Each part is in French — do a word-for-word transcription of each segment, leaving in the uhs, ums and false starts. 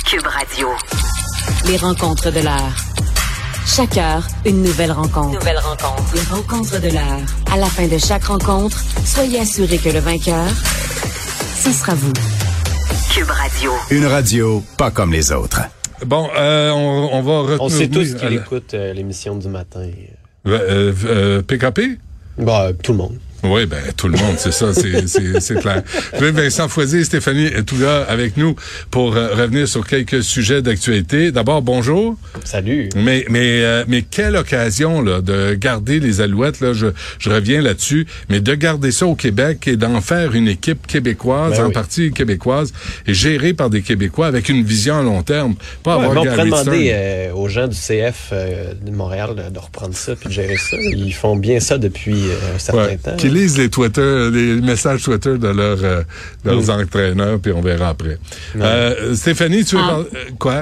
Cube Radio. Les rencontres de l'heure. Chaque heure, une nouvelle rencontre. Nouvelle rencontre. Les rencontres de l'heure. À la fin de chaque rencontre, soyez assurés que le vainqueur, ce sera vous. Cube Radio. Une radio pas comme les autres. Bon, euh, on, on va retenir... On sait tous qu'il écoute euh, l'émission du matin. Euh, euh, P K P? Bah, tout le monde. Oui, ben tout le monde, c'est ça, c'est, c'est, c'est clair. Vincent Foisy et Stéphanie Touga avec nous pour euh, revenir sur quelques sujets d'actualité. D'abord, bonjour. Salut. Mais mais euh, mais quelle occasion là de garder les Alouettes là, je je reviens là-dessus, mais de garder ça au Québec et d'en faire une équipe québécoise, ben en oui. partie québécoise et gérée par des Québécois avec une vision à long terme. Pas Ouais, avoir on pourrait Gary demander Stern. euh, aux gens du C F euh, de Montréal de, de reprendre ça puis de gérer ça. Ils font bien ça depuis euh, un certain Ouais, temps. qui lisent les Twitter, les messages Twitter de leurs euh, de leurs Mm. entraîneurs, puis on verra après. Ouais. Euh, Stéphanie, tu veux Ah. parler euh, quoi?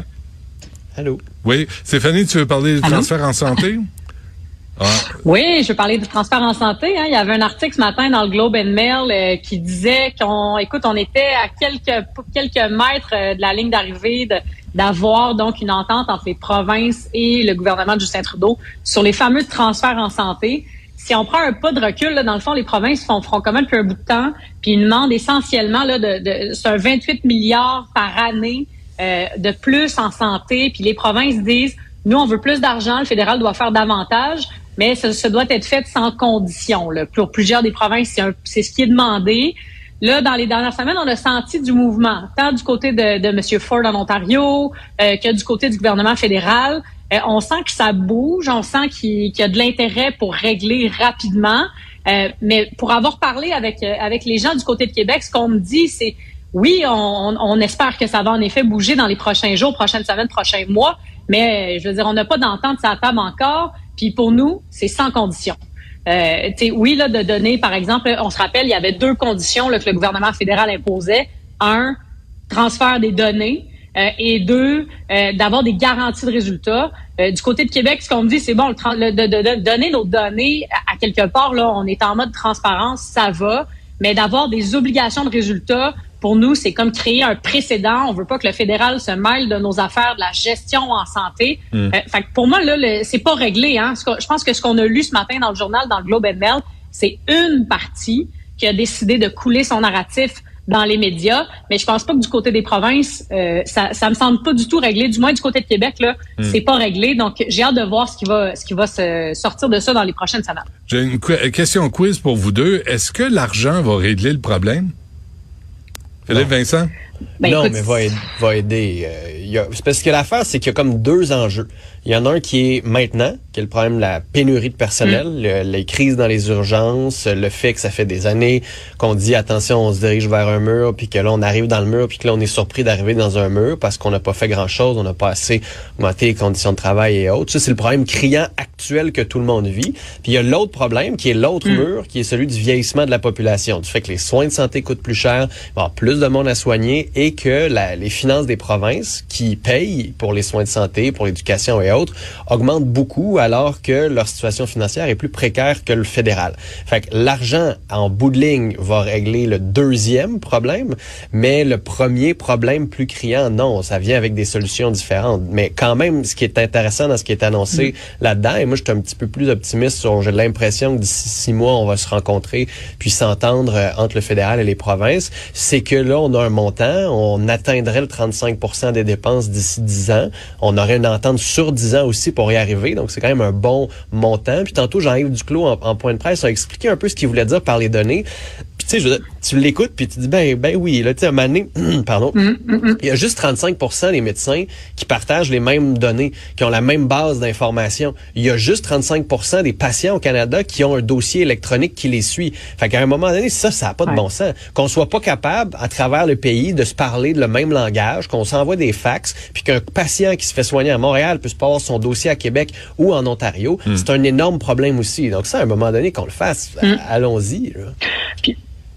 Allô? Oui, Stéphanie, tu veux parler du Allô? transfert en santé? Ah, Oui, je veux parler du transfert en santé. Hein. Il y avait un article ce matin dans le Globe and Mail euh, qui disait qu'on, écoute, on était à quelques quelques mètres euh, de la ligne d'arrivée de, d'avoir donc une entente entre les provinces et le gouvernement de Justin Trudeau sur les fameux transferts en santé. Si on prend un pas de recul, là, dans le fond, les provinces font front commun depuis un bout de temps, puis ils demandent essentiellement là, de, de, c'est un vingt-huit milliards par année euh, de plus en santé, puis les provinces disent, nous, on veut plus d'argent, le fédéral doit faire davantage, mais ça, ça doit être fait sans condition. Là. Pour plusieurs des provinces, c'est, un, c'est ce qui est demandé. Là, dans les dernières semaines, on a senti du mouvement, tant du côté de, de M. Ford en Ontario euh, que du côté du gouvernement fédéral. Euh, on sent que ça bouge, on sent qu'il, qu'il y a de l'intérêt pour régler rapidement. Euh, mais pour avoir parlé avec euh, avec les gens du côté de Québec, ce qu'on me dit, c'est oui, on, on espère que ça va en effet bouger dans les prochains jours, prochaines semaines, prochains mois. Mais euh, je veux dire, on n'a pas d'entente sur la table encore. Puis pour nous, c'est sans condition. Euh, oui, là, de donner, par exemple, on se rappelle, il y avait deux conditions là, que le gouvernement fédéral imposait. Un, transfert des données. Euh, et deux, euh, d'avoir des garanties de résultats. Euh, du côté de Québec, ce qu'on me dit, c'est bon, le, tra- le, de, de, de donner nos données à, à quelque part, là, on est en mode transparence, ça va, mais d'avoir des obligations de résultats, pour nous, c'est comme créer un précédent. On veut pas que le fédéral se mêle de nos affaires, de la gestion en santé. Mmh. Euh, fait que pour moi, là, le, c'est pas réglé. Hein. Je pense que ce qu'on a lu ce matin dans le journal, dans le Globe and Mail, c'est une partie qui a décidé de couler son narratif dans les médias, mais je pense pas que du côté des provinces, euh, ça, ça me semble pas du tout réglé. Du moins du côté de Québec, là, mm. c'est pas réglé. Donc, j'ai hâte de voir ce qui va, ce qui va se sortir de ça dans les prochaines semaines. j'ai une qu- question quiz pour vous deux. Est-ce que l'argent va régler le problème? Philippe, Non. Vincent? Ben, non, écoute, mais va, aider, va aider. Euh, y a, c'est parce que l'affaire, c'est qu'il y a comme deux enjeux. Il y en a un qui est maintenant, qui est le problème de la pénurie de personnel, mmh. le, les crises dans les urgences, le fait que ça fait des années qu'on dit attention, on se dirige vers un mur, puis que là on arrive dans le mur, puis que là on est surpris d'arriver dans un mur parce qu'on n'a pas fait grand-chose, on n'a pas assez augmenté les conditions de travail et autres. Ça, c'est le problème criant actuel que tout le monde vit. Puis il y a l'autre problème qui est l'autre mmh. mur, qui est celui du vieillissement de la population, du fait que les soins de santé coûtent plus cher, il va y avoir plus de monde à soigner et que la, les finances des provinces qui payent pour les soins de santé, pour l'éducation et autres, augmentent beaucoup alors que leur situation financière est plus précaire que le fédéral. Fait que l'argent, en bout de ligne, va régler le deuxième problème, mais le premier problème plus criant, non, ça vient avec des solutions différentes. Mais quand même, ce qui est intéressant dans ce qui est annoncé mmh. là-dedans, et moi je suis un petit peu plus optimiste sur, j'ai l'impression que d'ici six mois, on va se rencontrer puis s'entendre euh, entre le fédéral et les provinces, c'est que là, on a un montant, on atteindrait le trente-cinq pour cent des dépenses d'ici dix ans, on aurait une entente sur dix ans aussi pour y arriver, donc c'est quand même un bon montant. Puis tantôt, Jean-Yves Duclos, en, en point de presse, a expliqué un peu ce qu'il voulait dire par les données. Puis tu sais, je veux dire, tu l'écoutes, puis tu dis, ben ben oui, là, tu sais, à un moment donné, pardon, mm-hmm, mm-hmm. il y a juste trente-cinq pour cent des médecins qui partagent les mêmes données, qui ont la même base d'information. Il y a juste trente-cinq pour cent des patients au Canada qui ont un dossier électronique qui les suit. Fait qu'à un moment donné, ça, ça n'a pas de ouais. bon sens. Qu'on soit pas capable, à travers le pays, de se parler le même langage, qu'on s'envoie des fax, puis qu'un patient qui se fait soigner à Montréal puisse pas avoir son dossier à Québec ou en Ontario, mm. c'est un énorme problème aussi. Donc ça, à un moment donné, qu'on le fasse, mm. allons-y. Là. Puis,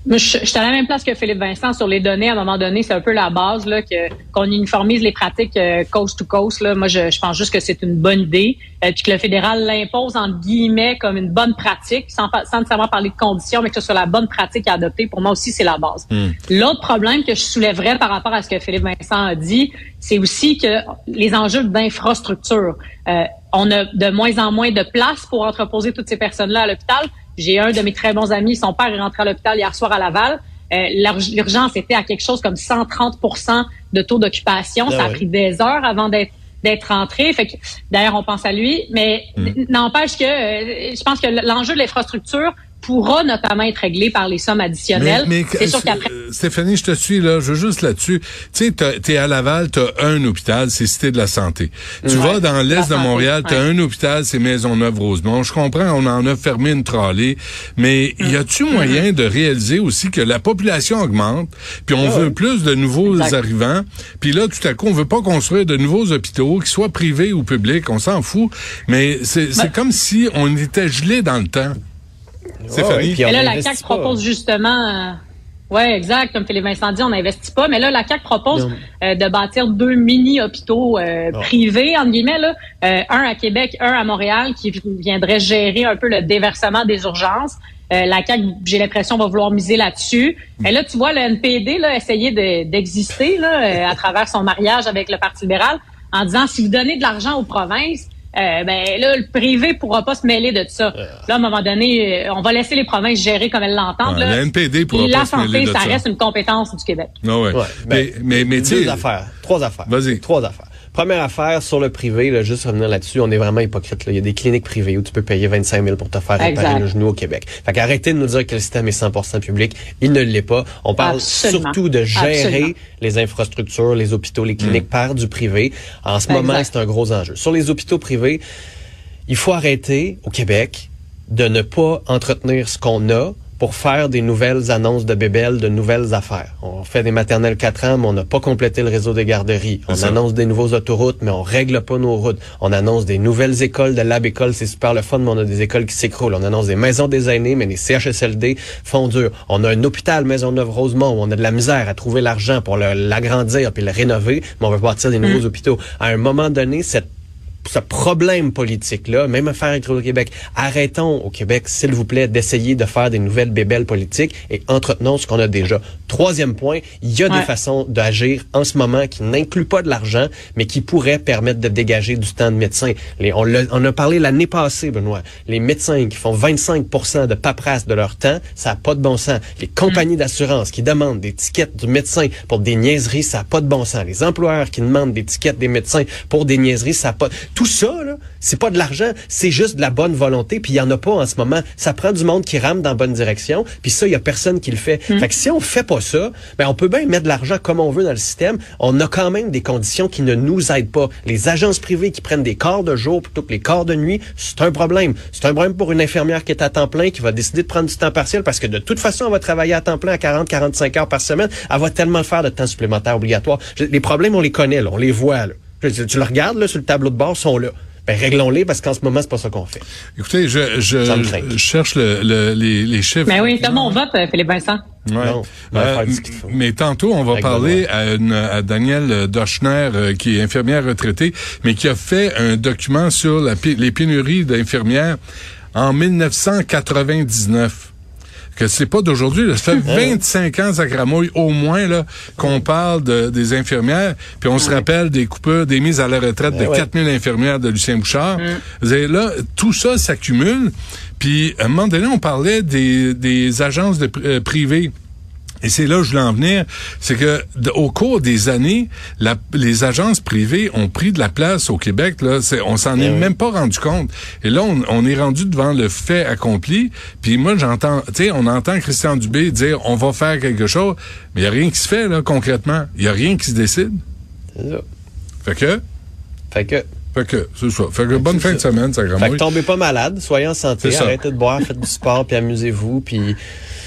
Moi, je, je suis à la même place que Philippe Vincent sur les données. À un moment donné, c'est un peu la base là que qu'on uniformise les pratiques euh, coast to coast. Là. Moi, je, je pense juste que c'est une bonne idée, euh, puis que le fédéral l'impose entre guillemets comme une bonne pratique, sans, sans nécessairement parler de conditions, mais que ce soit la bonne pratique à adopter. Pour moi aussi, c'est la base. Mm. L'autre problème que je soulèverais par rapport à ce que Philippe Vincent a dit, c'est aussi que les enjeux d'infrastructure. Euh, on a de moins en moins de place pour entreposer toutes ces personnes-là à l'hôpital. J'ai un de mes très bons amis, son père est rentré à l'hôpital hier soir à Laval. Euh, l'urgence était à quelque chose comme cent trente pour cent de taux d'occupation. Ah ça ouais. a pris des heures avant d'être d'être rentré. Fait que, d'ailleurs, on pense à lui. Mais mmh. n'empêche que euh, je pense que l'enjeu de l'infrastructure pourra notamment être réglé par les sommes additionnelles. Mais, mais c'est sûr qu'après... Stéphanie, je te suis là, je veux juste là-dessus. Tu sais, t'es à Laval, t'as un hôpital, c'est Cité de la Santé. Tu ouais, vas dans l'est de Montréal, t'as ouais. un hôpital, c'est Maisonneuve-Rosemont. Je comprends, on en a fermé une tralée, mais mm. y a-tu moyen mm-hmm. de réaliser aussi que la population augmente, puis on oh, veut oui. plus de nouveaux exact. arrivants, puis là, tout à coup, on veut pas construire de nouveaux hôpitaux, qu'ils soient privés ou publics, on s'en fout, mais c'est, ben, c'est comme si on était gelé dans le temps. C'est oh, oui, mais là, la C A Q propose justement... Euh, oui, exact. Comme Philippe Vincent dit, on n'investit pas. Mais là, la C A Q propose euh, de bâtir deux mini-hôpitaux euh, oh. privés, entre guillemets, là, euh, un à Québec, un à Montréal, qui viendrait gérer un peu le déversement des urgences. Euh, la C A Q, j'ai l'impression, va vouloir miser là-dessus. Et là, tu vois, le N P D là, essayer de, d'exister là, euh, à travers son mariage avec le Parti libéral en disant, si vous donnez de l'argent aux provinces, Euh, ben là, le privé pourra pas se mêler de ça. Euh. Là, à un moment donné, on va laisser les provinces gérer comme elles l'entendent. Ouais, là. Le N P D pourra pas se mêler de ça. La santé, ça reste une compétence du Québec. Non, ouais. ouais ben, mais, mais, mais deux affaires, trois affaires. Vas-y. Trois affaires. Première affaire, sur le privé, là, juste revenir là-dessus, on est vraiment hypocrite. Là. Il y a des cliniques privées où tu peux payer vingt-cinq mille pour te faire réparer exact. le genou au Québec. Fait qu'arrêtez de nous dire que le système est cent pour cent public. Il ne l'est pas. On parle Absolument. surtout de gérer Absolument. les infrastructures, les hôpitaux, les cliniques mmh. par du privé. En ce exact. moment, c'est un gros enjeu. Sur les hôpitaux privés, il faut arrêter, au Québec, de ne pas entretenir ce qu'on a pour faire des nouvelles annonces de bébelles, de nouvelles affaires. On fait des maternelles quatre ans, mais on n'a pas complété le réseau des garderies. On annonce des nouveaux autoroutes, mais on règle pas nos routes. On annonce des nouvelles écoles, de lab école, c'est super le fun, mais on a des écoles qui s'écroulent. On annonce des maisons des aînés, mais les C H S L D font dur. On a un hôpital Maisonneuve-Rosemont où on a de la misère à trouver l'argent pour le, l'agrandir puis le rénover, mais on veut bâtir des nouveaux mmh. hôpitaux. À un moment donné, cette ce problème politique-là, même affaire avec le Québec, arrêtons au Québec, s'il vous plaît, d'essayer de faire des nouvelles bébelles politiques et entretenons ce qu'on a déjà. Troisième point, il y a ouais. des façons d'agir en ce moment qui n'incluent pas de l'argent, mais qui pourraient permettre de dégager du temps de médecins. Les, on, l'a, on a parlé l'année passée, Benoît, les médecins qui font vingt-cinq pour cent de paperasse de leur temps, ça n'a pas de bon sens. Les compagnies mmh. d'assurance qui demandent des tickets du médecin pour des niaiseries, ça n'a pas de bon sens. Les employeurs qui demandent des tickets des médecins pour des niaiseries, ça n'a pas... Tout ça, là, c'est pas de l'argent, c'est juste de la bonne volonté, puis il y en a pas en ce moment. Ça prend du monde qui rame dans la bonne direction, puis ça, il y a personne qui le fait. Mmh. Fait que si on fait pas ça, ben on peut bien mettre de l'argent comme on veut dans le système, on a quand même des conditions qui ne nous aident pas. Les agences privées qui prennent des quarts de jour plutôt que les quarts de nuit, c'est un problème. C'est un problème pour une infirmière qui est à temps plein, qui va décider de prendre du temps partiel, parce que de toute façon, elle va travailler à temps plein à quarante à quarante-cinq heures par semaine, elle va tellement faire de temps supplémentaire obligatoire. Les problèmes, on les connaît, là, on les voit, là. Tu, tu le regardes, là, sur le tableau de bord, sont là. Ben, réglons-les, parce qu'en ce moment, c'est pas ça qu'on fait. Écoutez, je, je, je cherche le, le, les, les chiffres. Mais oui, c'est mon vote, Philippe Vincent. Ouais. Non, euh, mais tantôt, on va Avec parler à, une, à Danielle Dochner, euh, qui est infirmière retraitée, mais qui a fait un document sur la, les pénuries d'infirmières en dix-neuf cent quatre-vingt-dix-neuf. Que c'est pas d'aujourd'hui, là. Ça fait vingt-cinq ans, sacramouille, au moins, là, qu'on parle de, des infirmières, puis on se rappelle des coupures, des mises à la retraite de ouais. quatre mille infirmières de Lucien Bouchard. Mm. Vous avez là, tout ça s'accumule, puis à un moment donné, on parlait des, des agences de, euh, privées. Et c'est là où je voulais en venir, c'est que d- au cours des années, la, les agences privées ont pris de la place au Québec. Là, c'est, on s'en est oui. même pas rendu compte. Et là, on, on est rendu devant le fait accompli. Puis moi, j'entends, tu sais, on entend Christian Dubé dire on va faire quelque chose, mais il y a rien qui se fait là concrètement. Il y a rien qui se décide. C'est ça. Fait que. Fait que. Fait que, c'est ça. Fait que bonne c'est fin ça. de semaine, ça Fait que tombez pas malade, soyez en santé, c'est arrêtez ça. de boire, faites du sport, puis amusez-vous, puis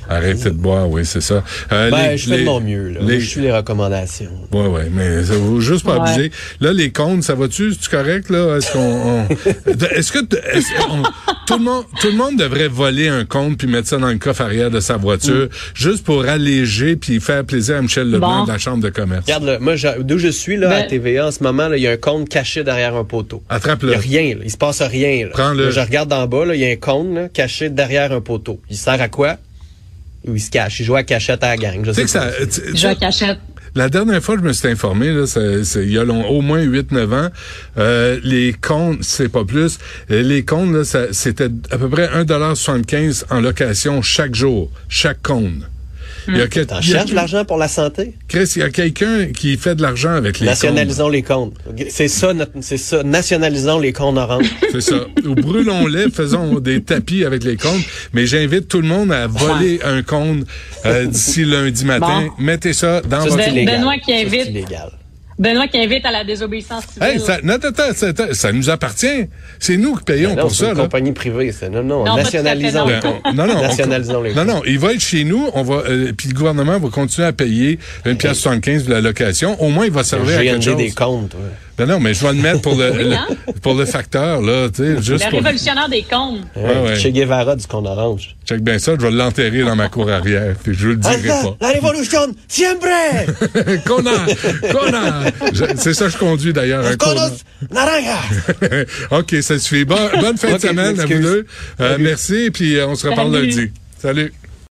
Arrêtez de boire, oui, c'est ça. Euh, ben, les, je fais les, de mon mieux, là. Les... Je suis les recommandations. Oui, oui, mais ça vaut juste pas ouais. abuser. Là, les comptes, ça va-tu? C'est-tu correct, là? Est-ce qu'on... On... Est-ce que... Est-ce on... tout, le monde, tout le monde devrait voler un compte puis mettre ça dans le coffre arrière de sa voiture, mm. juste pour alléger puis faire plaisir à Michel Leblanc bon. de la Chambre de commerce. Regarde, là, moi, je, d'où je suis, là, ben... à T V A, en ce moment, il y a un compte caché derrière un poteau. Attrape-le. Il y a rien, là. Il se passe rien, là. Prends-le. Là, je regarde en bas, là, il y a un compte, là, caché derrière un poteau. Il sert à quoi? Ou il se cache. Il joue à cachette à la gang. Je sais que ça. Il joue à cachette. La dernière fois que je me suis informé, là, c'est, c'est, il y a long, au moins huit neuf ans, euh, les comptes, c'est pas plus, les comptes, là, ça, c'était à peu près un dollar soixante-quinze en location chaque jour, chaque compte. Il y a quel... T'en cherches de l'argent pour la santé? Chris, il y a quelqu'un qui fait de l'argent avec les Nationalisons comptes. les comptes. C'est ça, notre, c'est ça. Nationalisons les comptes orange. C'est ça. Ou brûlons-les, faisons des tapis avec les comptes. Mais j'invite tout le monde à voler un compte euh, d'ici lundi matin. Bon. Mettez ça dans ça, votre... C'est Benoît qui invite. C'est illégal. Benoît qui invite à la désobéissance civile. Hey, ça, non, attends, attends, ça nous appartient. C'est nous qui payons non, pour c'est ça. Une là. compagnie privée, c'est non, non, non nationalisons les comptes. Non, non, nationalisons les comptes. Non, non, il va être chez nous, on va, euh, puis le gouvernement va continuer à payer une pièce soixante-quinze de la location. Au moins, il va servir à quelque chose. des comptes, ouais. Ben non, mais je vais le mettre pour le, oui, le hein? pour le facteur, là, tu sais, juste Le pour... révolutionnaire des comptes. Ouais, ouais. Che Guevara du compte orange. Check bien ça, je vais l'enterrer dans ma cour arrière, puis je le dirai pas. La révolution, siempre! Kona! Kona! C'est ça que je conduis d'ailleurs. Un Kona. Naranja! OK, ça suffit. Bon, bonne fin okay, de semaine à vous deux. Euh, merci, puis on se reparle Salut. lundi. Salut!